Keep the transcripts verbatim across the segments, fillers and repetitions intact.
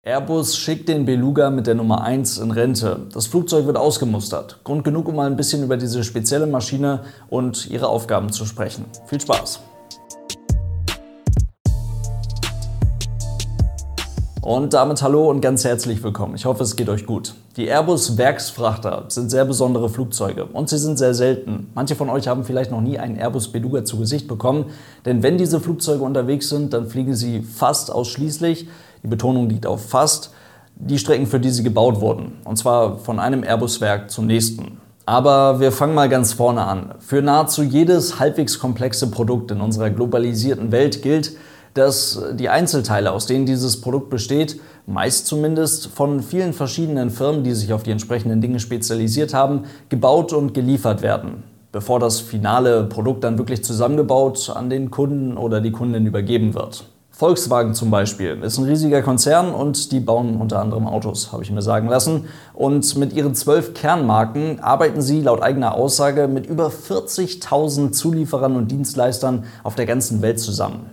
Airbus schickt den Beluga mit der Nummer eins in Rente. Das Flugzeug wird ausgemustert. Grund genug, um mal ein bisschen über diese spezielle Maschine und ihre Aufgaben zu sprechen. Viel Spaß! Und damit hallo und ganz herzlich willkommen. Ich hoffe, es geht euch gut. Die Airbus Werksfrachter sind sehr besondere Flugzeuge und sie sind sehr selten. Manche von euch haben vielleicht noch nie einen Airbus Beluga zu Gesicht bekommen, denn wenn diese Flugzeuge unterwegs sind, dann fliegen sie fast ausschließlich, die Betonung liegt auf fast, die Strecken, für die sie gebaut wurden. Und zwar von einem Airbus-Werk zum nächsten. Aber wir fangen mal ganz vorne an. Für nahezu jedes halbwegs komplexe Produkt in unserer globalisierten Welt gilt, dass die Einzelteile, aus denen dieses Produkt besteht, meist zumindest von vielen verschiedenen Firmen, die sich auf die entsprechenden Dinge spezialisiert haben, gebaut und geliefert werden, bevor das finale Produkt dann wirklich zusammengebaut an den Kunden oder die Kundin übergeben wird. Volkswagen zum Beispiel ist ein riesiger Konzern und die bauen unter anderem Autos, habe ich mir sagen lassen. Und mit ihren zwölf Kernmarken arbeiten sie laut eigener Aussage mit über vierzigtausend Zulieferern und Dienstleistern auf der ganzen Welt zusammen.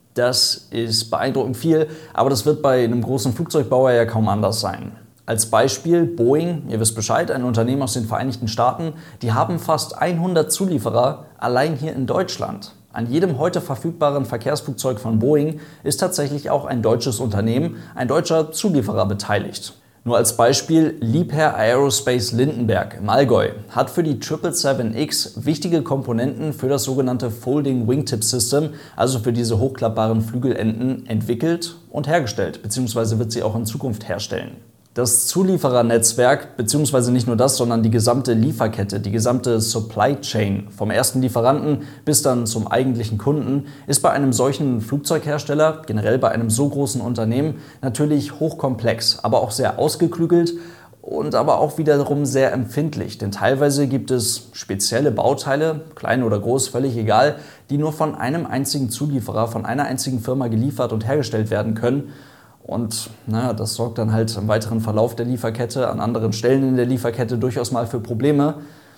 Das ist beeindruckend viel, aber das wird bei einem großen Flugzeugbauer ja kaum anders sein. Als Beispiel Boeing, ihr wisst Bescheid, ein Unternehmen aus den Vereinigten Staaten, die haben fast hundert Zulieferer allein hier in Deutschland. An jedem heute verfügbaren Verkehrsflugzeug von Boeing ist tatsächlich auch ein deutsches Unternehmen, ein deutscher Zulieferer beteiligt. Nur als Beispiel, Liebherr Aerospace Lindenberg im Allgäu hat für die sieben sieben sieben X wichtige Komponenten für das sogenannte Folding Wingtip System, also für diese hochklappbaren Flügelenden, entwickelt und hergestellt, beziehungsweise wird sie auch in Zukunft herstellen. Das Zulieferernetzwerk, beziehungsweise nicht nur das, sondern die gesamte Lieferkette, die gesamte Supply Chain vom ersten Lieferanten bis dann zum eigentlichen Kunden, ist bei einem solchen Flugzeughersteller, generell bei einem so großen Unternehmen, natürlich hochkomplex, aber auch sehr ausgeklügelt und aber auch wiederum sehr empfindlich. Denn teilweise gibt es spezielle Bauteile, klein oder groß, völlig egal, die nur von einem einzigen Zulieferer, von einer einzigen Firma geliefert und hergestellt werden können. Und naja, das sorgt dann halt im weiteren Verlauf der Lieferkette, an anderen Stellen in der Lieferkette durchaus mal für Probleme.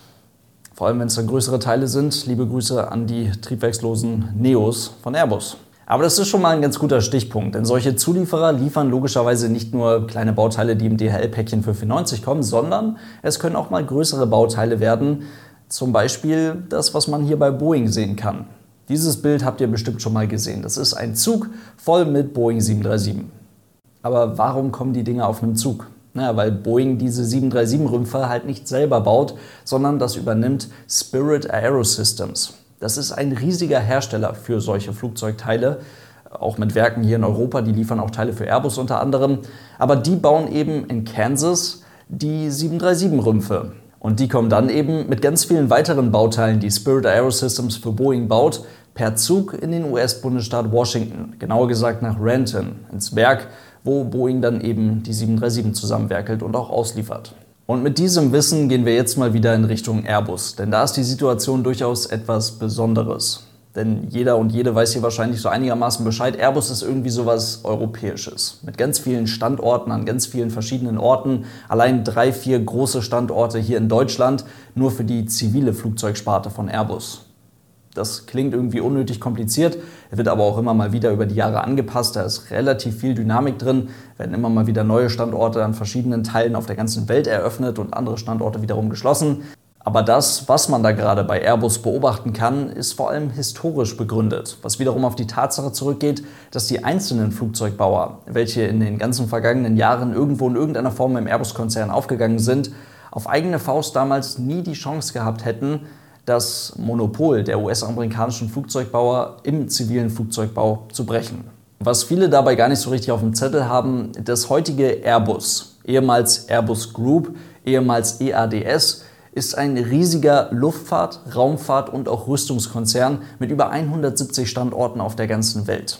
Vor allem, wenn es dann größere Teile sind. Liebe Grüße an die triebwerkslosen Neos von Airbus. Aber das ist schon mal ein ganz guter Stichpunkt, denn solche Zulieferer liefern logischerweise nicht nur kleine Bauteile, die im D H L-Päckchen für vierundneunzig kommen, sondern es können auch mal größere Bauteile werden. Zum Beispiel das, was man hier bei Boeing sehen kann. Dieses Bild habt ihr bestimmt schon mal gesehen. Das ist ein Zug voll mit Boeing sieben drei sieben. Aber warum kommen die Dinge auf einem Zug? Naja, weil Boeing diese sieben drei sieben-Rümpfe halt nicht selber baut, sondern das übernimmt Spirit Aerosystems. Das ist ein riesiger Hersteller für solche Flugzeugteile, auch mit Werken hier in Europa, die liefern auch Teile für Airbus unter anderem. Aber die bauen eben in Kansas die sieben drei sieben-Rümpfe. Und die kommen dann eben mit ganz vielen weiteren Bauteilen, die Spirit Aerosystems für Boeing baut, per Zug in den U S-Bundesstaat Washington, genauer gesagt nach Renton, ins Werk, wo Boeing dann eben die sieben drei sieben zusammenwerkelt und auch ausliefert. Und mit diesem Wissen gehen wir jetzt mal wieder in Richtung Airbus, denn da ist die Situation durchaus etwas Besonderes. Denn jeder und jede weiß hier wahrscheinlich so einigermaßen Bescheid, Airbus ist irgendwie sowas Europäisches. Mit ganz vielen Standorten an ganz vielen verschiedenen Orten, allein drei, vier große Standorte hier in Deutschland, nur für die zivile Flugzeugsparte von Airbus. Das klingt irgendwie unnötig kompliziert, wird aber auch immer mal wieder über die Jahre angepasst. Da ist relativ viel Dynamik drin, werden immer mal wieder neue Standorte an verschiedenen Teilen auf der ganzen Welt eröffnet und andere Standorte wiederum geschlossen. Aber das, was man da gerade bei Airbus beobachten kann, ist vor allem historisch begründet, was wiederum auf die Tatsache zurückgeht, dass die einzelnen Flugzeugbauer, welche in den ganzen vergangenen Jahren irgendwo in irgendeiner Form im Airbus-Konzern aufgegangen sind, auf eigene Faust damals nie die Chance gehabt hätten, das Monopol der U S-amerikanischen Flugzeugbauer im zivilen Flugzeugbau zu brechen. Was viele dabei gar nicht so richtig auf dem Zettel haben, das heutige Airbus, ehemals Airbus Group, ehemals E A D S, ist ein riesiger Luftfahrt-, Raumfahrt- und auch Rüstungskonzern mit über hundertsiebzig Standorten auf der ganzen Welt.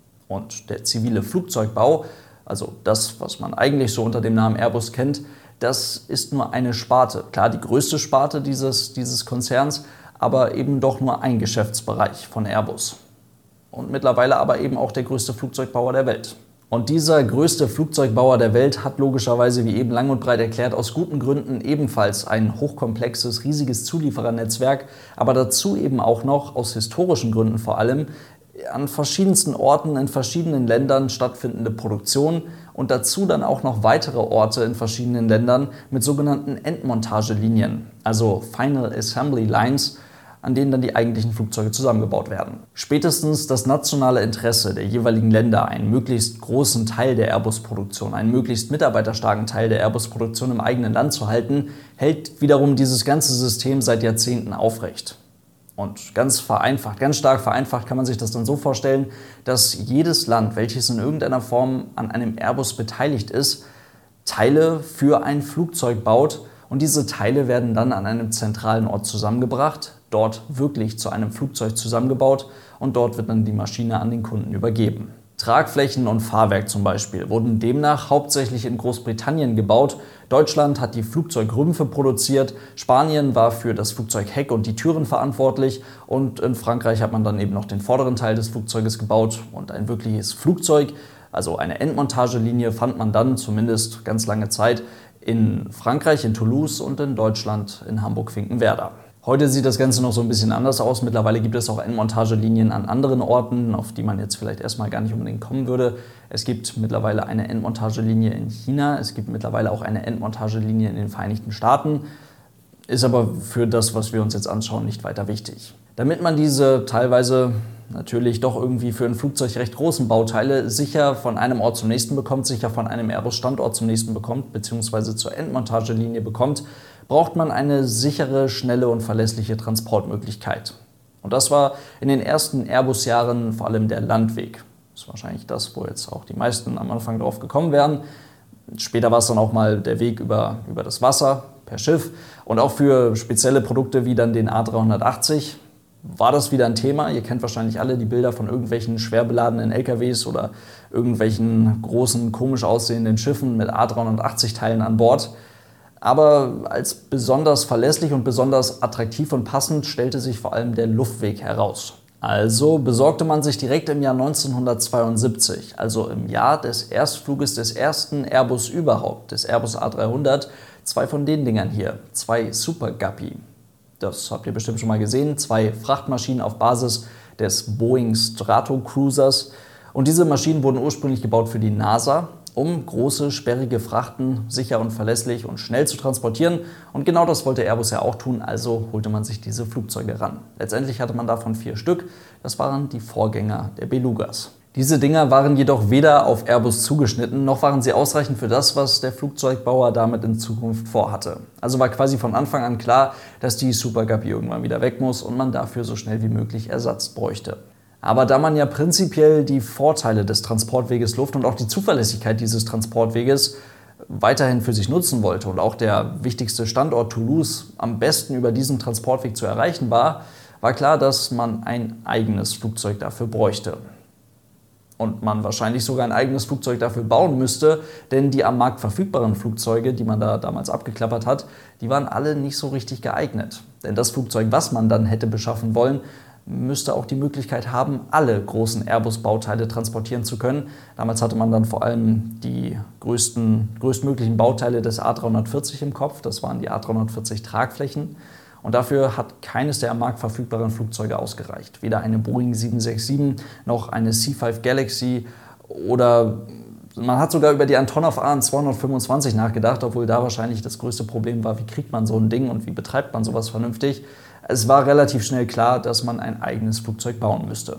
Und der zivile Flugzeugbau, also das, was man eigentlich so unter dem Namen Airbus kennt, das ist nur eine Sparte. Klar, die größte Sparte dieses, dieses Konzerns, aber eben doch nur ein Geschäftsbereich von Airbus. Und mittlerweile aber eben auch der größte Flugzeugbauer der Welt. Und dieser größte Flugzeugbauer der Welt hat logischerweise, wie eben lang und breit erklärt, aus guten Gründen ebenfalls ein hochkomplexes, riesiges Zulieferernetzwerk, aber dazu eben auch noch, aus historischen Gründen vor allem, an verschiedensten Orten in verschiedenen Ländern stattfindende Produktion und dazu dann auch noch weitere Orte in verschiedenen Ländern mit sogenannten Endmontagelinien, also Final Assembly Lines, an denen dann die eigentlichen Flugzeuge zusammengebaut werden. Spätestens das nationale Interesse der jeweiligen Länder, einen möglichst großen Teil der Airbus-Produktion, einen möglichst mitarbeiterstarken Teil der Airbus-Produktion im eigenen Land zu halten, hält wiederum dieses ganze System seit Jahrzehnten aufrecht. Und ganz vereinfacht, ganz stark vereinfacht kann man sich das dann so vorstellen, dass jedes Land, welches in irgendeiner Form an einem Airbus beteiligt ist, Teile für ein Flugzeug baut und diese Teile werden dann an einem zentralen Ort zusammengebracht, dort wirklich zu einem Flugzeug zusammengebaut und dort wird dann die Maschine an den Kunden übergeben. Tragflächen und Fahrwerk zum Beispiel wurden demnach hauptsächlich in Großbritannien gebaut. Deutschland hat die Flugzeugrümpfe produziert, Spanien war für das Flugzeugheck und die Türen verantwortlich und in Frankreich hat man dann eben noch den vorderen Teil des Flugzeuges gebaut und ein wirkliches Flugzeug, also eine Endmontagelinie, fand man dann zumindest ganz lange Zeit in Frankreich, in Toulouse und in Deutschland in Hamburg-Finkenwerder. Heute sieht das Ganze noch so ein bisschen anders aus. Mittlerweile gibt es auch Endmontagelinien an anderen Orten, auf die man jetzt vielleicht erstmal gar nicht unbedingt kommen würde. Es gibt mittlerweile eine Endmontagelinie in China, es gibt mittlerweile auch eine Endmontagelinie in den Vereinigten Staaten. Ist aber für das, was wir uns jetzt anschauen, nicht weiter wichtig. Damit man diese teilweise natürlich doch irgendwie für ein Flugzeug recht großen Bauteile sicher von einem Ort zum nächsten bekommt, sicher von einem Airbus-Standort zum nächsten bekommt, beziehungsweise zur Endmontagelinie bekommt, braucht man eine sichere, schnelle und verlässliche Transportmöglichkeit. Und das war in den ersten Airbus-Jahren vor allem der Landweg. Das ist wahrscheinlich das, wo jetzt auch die meisten am Anfang drauf gekommen wären. Später war es dann auch mal der Weg über, über das Wasser, per Schiff. Und auch für spezielle Produkte wie dann den A dreihundertachtzig war das wieder ein Thema. Ihr kennt wahrscheinlich alle die Bilder von irgendwelchen schwer beladenen L K Ws oder irgendwelchen großen, komisch aussehenden Schiffen mit A dreihundertachtzig-Teilen an Bord. Aber als besonders verlässlich und besonders attraktiv und passend stellte sich vor allem der Luftweg heraus. Also besorgte man sich direkt im Jahr neunzehnhundertzweiundsiebzig, also im Jahr des Erstfluges des ersten Airbus überhaupt, des Airbus A dreihundert, zwei von den Dingern hier, zwei Super Guppy. Das habt ihr bestimmt schon mal gesehen, zwei Frachtmaschinen auf Basis des Boeing Stratocruisers. Und diese Maschinen wurden ursprünglich gebaut für die NASA, um große, sperrige Frachten sicher und verlässlich und schnell zu transportieren. Und genau das wollte Airbus ja auch tun, also holte man sich diese Flugzeuge ran. Letztendlich hatte man davon vier Stück, das waren die Vorgänger der Belugas. Diese Dinger waren jedoch weder auf Airbus zugeschnitten, noch waren sie ausreichend für das, was der Flugzeugbauer damit in Zukunft vorhatte. Also war quasi von Anfang an klar, dass die Super Guppy irgendwann wieder weg muss und man dafür so schnell wie möglich Ersatz bräuchte. Aber da man ja prinzipiell die Vorteile des Transportweges Luft und auch die Zuverlässigkeit dieses Transportweges weiterhin für sich nutzen wollte und auch der wichtigste Standort Toulouse am besten über diesen Transportweg zu erreichen war, war klar, dass man ein eigenes Flugzeug dafür bräuchte. Und man wahrscheinlich sogar ein eigenes Flugzeug dafür bauen müsste, denn die am Markt verfügbaren Flugzeuge, die man da damals abgeklappert hat, die waren alle nicht so richtig geeignet. Denn das Flugzeug, was man dann hätte beschaffen wollen, müsste auch die Möglichkeit haben, alle großen Airbus-Bauteile transportieren zu können. Damals hatte man dann vor allem die größten, größtmöglichen Bauteile des A dreihundertvierzig im Kopf, das waren die A dreihundertvierzig Tragflächen. Und dafür hat keines der am Markt verfügbaren Flugzeuge ausgereicht. Weder eine Boeing sieben sechs sieben noch eine C fünf Galaxy oder man hat sogar über die Antonov A zweihundertfünfundzwanzig nachgedacht, obwohl da wahrscheinlich das größte Problem war, wie kriegt man so ein Ding und wie betreibt man sowas vernünftig. Es war relativ schnell klar, dass man ein eigenes Flugzeug bauen müsste.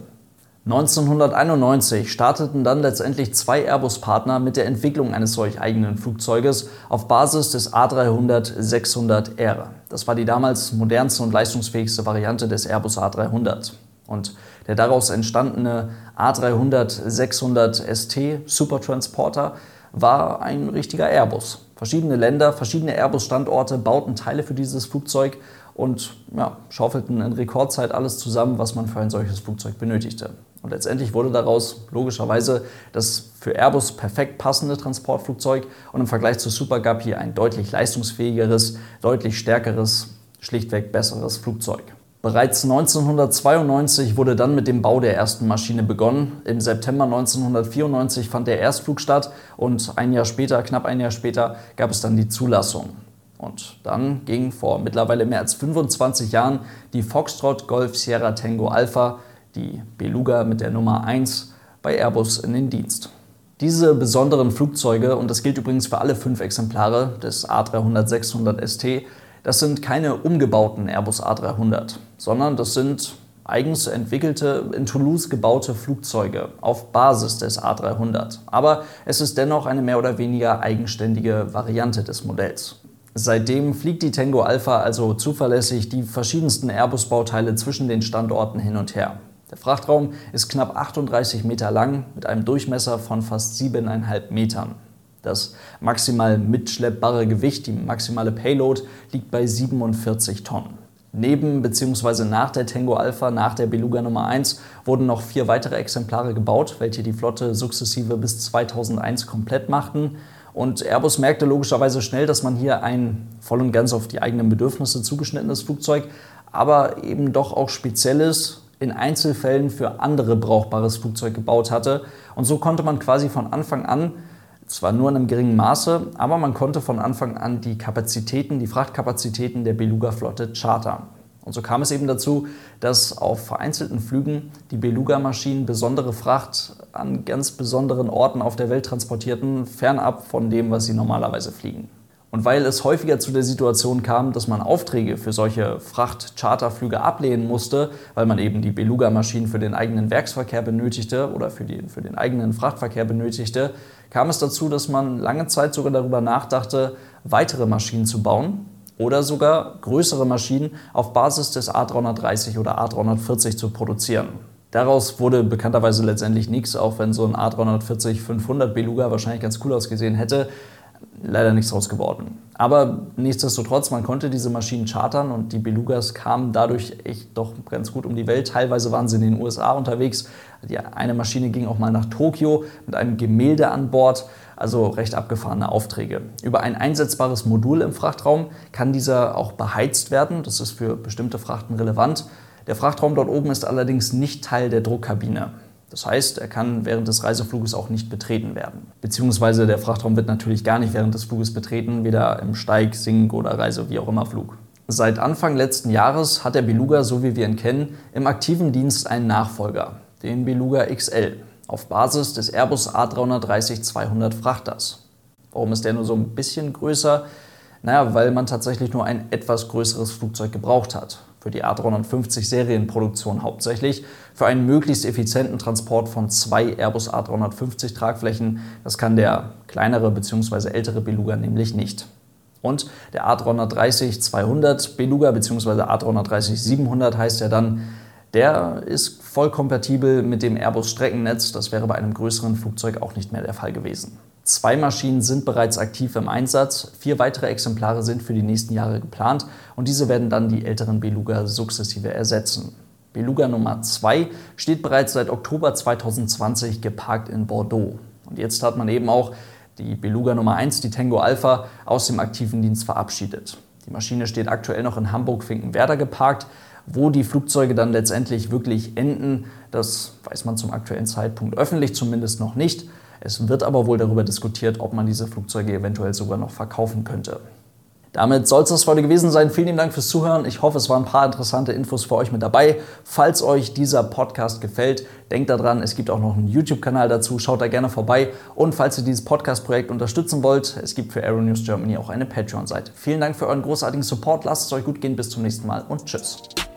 neunzehnhunderteinundneunzig starteten dann letztendlich zwei Airbus-Partner mit der Entwicklung eines solch eigenen Flugzeuges auf Basis des A dreihundert sechshundert R. Das war die damals modernste und leistungsfähigste Variante des Airbus A dreihundert. Und der daraus entstandene A dreihundert sechshundert S T Supertransporter war ein richtiger Airbus. Verschiedene Länder, verschiedene Airbus-Standorte bauten Teile für dieses Flugzeug und ja, schaufelten in Rekordzeit alles zusammen, was man für ein solches Flugzeug benötigte. Und letztendlich wurde daraus logischerweise das für Airbus perfekt passende Transportflugzeug und im Vergleich zur Super Guppy ein deutlich leistungsfähigeres, deutlich stärkeres, schlichtweg besseres Flugzeug. Bereits neunzehnhundertzweiundneunzig wurde dann mit dem Bau der ersten Maschine begonnen. Im September neunzehnhundertvierundneunzig fand der Erstflug statt und ein Jahr später, knapp ein Jahr später, gab es dann die Zulassung. Und dann ging vor mittlerweile mehr als fünfundzwanzig Jahren die Foxtrot Golf Sierra Tango Alpha, die Beluga mit der Nummer eins, bei Airbus in den Dienst. Diese besonderen Flugzeuge, und das gilt übrigens für alle fünf Exemplare des A dreihundert sechshundert S T, das sind keine umgebauten Airbus A dreihundert, sondern das sind eigens entwickelte, in Toulouse gebaute Flugzeuge auf Basis des A dreihundert. Aber es ist dennoch eine mehr oder weniger eigenständige Variante des Modells. Seitdem fliegt die Tango Alpha also zuverlässig die verschiedensten Airbus-Bauteile zwischen den Standorten hin und her. Der Frachtraum ist knapp achtunddreißig Meter lang mit einem Durchmesser von fast siebeneinhalb Metern. Das maximal mitschleppbare Gewicht, die maximale Payload, liegt bei siebenundvierzig Tonnen. Neben bzw. nach der Tango Alpha, nach der Beluga Nummer eins, wurden noch vier weitere Exemplare gebaut, welche die Flotte sukzessive bis zweitausendeins komplett machten. Und Airbus merkte logischerweise schnell, dass man hier ein voll und ganz auf die eigenen Bedürfnisse zugeschnittenes Flugzeug, aber eben doch auch spezielles, in Einzelfällen für andere brauchbares Flugzeug gebaut hatte. Und so konnte man quasi von Anfang an, zwar nur in einem geringen Maße, aber man konnte von Anfang an die Kapazitäten, die Frachtkapazitäten der Beluga-Flotte chartern. Und so kam es eben dazu, dass auf vereinzelten Flügen die Beluga-Maschinen besondere Fracht an ganz besonderen Orten auf der Welt transportierten, fernab von dem, was sie normalerweise fliegen. Und weil es häufiger zu der Situation kam, dass man Aufträge für solche Fracht-Charterflüge ablehnen musste, weil man eben die Beluga-Maschinen für den eigenen Werksverkehr benötigte oder für, die, für den eigenen Frachtverkehr benötigte, kam es dazu, dass man lange Zeit sogar darüber nachdachte, weitere Maschinen zu bauen oder sogar größere Maschinen auf Basis des A dreihundertdreißig oder A dreihundertvierzig zu produzieren. Daraus wurde bekannterweise letztendlich nichts, auch wenn so ein A dreihundertvierzig fünfhundert Beluga wahrscheinlich ganz cool ausgesehen hätte. Leider nichts draus geworden. Aber nichtsdestotrotz, man konnte diese Maschinen chartern und die Belugas kamen dadurch echt doch ganz gut um die Welt. Teilweise waren sie in den U S A unterwegs. Die eine Maschine ging auch mal nach Tokio mit einem Gemälde an Bord, also recht abgefahrene Aufträge. Über ein einsetzbares Modul im Frachtraum kann dieser auch beheizt werden. Das ist für bestimmte Frachten relevant. Der Frachtraum dort oben ist allerdings nicht Teil der Druckkabine. Das heißt, er kann während des Reisefluges auch nicht betreten werden. Beziehungsweise der Frachtraum wird natürlich gar nicht während des Fluges betreten, weder im Steig-, Sink- oder Reise-, wie auch immer Flug. Seit Anfang letzten Jahres hat der Beluga, so wie wir ihn kennen, im aktiven Dienst einen Nachfolger, den Beluga X L, auf Basis des Airbus A dreihundertdreißig zweihundert Frachters. Warum ist der nur so ein bisschen größer? Naja, weil man tatsächlich nur ein etwas größeres Flugzeug gebraucht hat. Für die A dreihundertfünfzig Serienproduktion hauptsächlich, für einen möglichst effizienten Transport von zwei Airbus A dreihundertfünfzig Tragflächen. Das kann der kleinere bzw. ältere Beluga nämlich nicht. Und der A dreihundertdreißig zweihundert Beluga bzw. A dreihundertdreißig siebenhundert heißt ja dann, der ist voll kompatibel mit dem Airbus Streckennetz. Das wäre bei einem größeren Flugzeug auch nicht mehr der Fall gewesen. Zwei Maschinen sind bereits aktiv im Einsatz, vier weitere Exemplare sind für die nächsten Jahre geplant und diese werden dann die älteren Beluga sukzessive ersetzen. Beluga Nummer zwei steht bereits seit Oktober zweitausendzwanzig geparkt in Bordeaux. Und jetzt hat man eben auch die Beluga Nummer eins, die Tango Alpha, aus dem aktiven Dienst verabschiedet. Die Maschine steht aktuell noch in Hamburg-Finkenwerder geparkt. Wo die Flugzeuge dann letztendlich wirklich enden, das weiß man zum aktuellen Zeitpunkt öffentlich zumindest noch nicht. Es wird aber wohl darüber diskutiert, ob man diese Flugzeuge eventuell sogar noch verkaufen könnte. Damit soll es das für heute gewesen sein. Vielen lieben Dank fürs Zuhören. Ich hoffe, es waren ein paar interessante Infos für euch mit dabei. Falls euch dieser Podcast gefällt, denkt daran, es gibt auch noch einen YouTube-Kanal dazu. Schaut da gerne vorbei. Und falls ihr dieses Podcast-Projekt unterstützen wollt, es gibt für Aeronews Germany auch eine Patreon-Seite. Vielen Dank für euren großartigen Support. Lasst es euch gut gehen. Bis zum nächsten Mal und tschüss.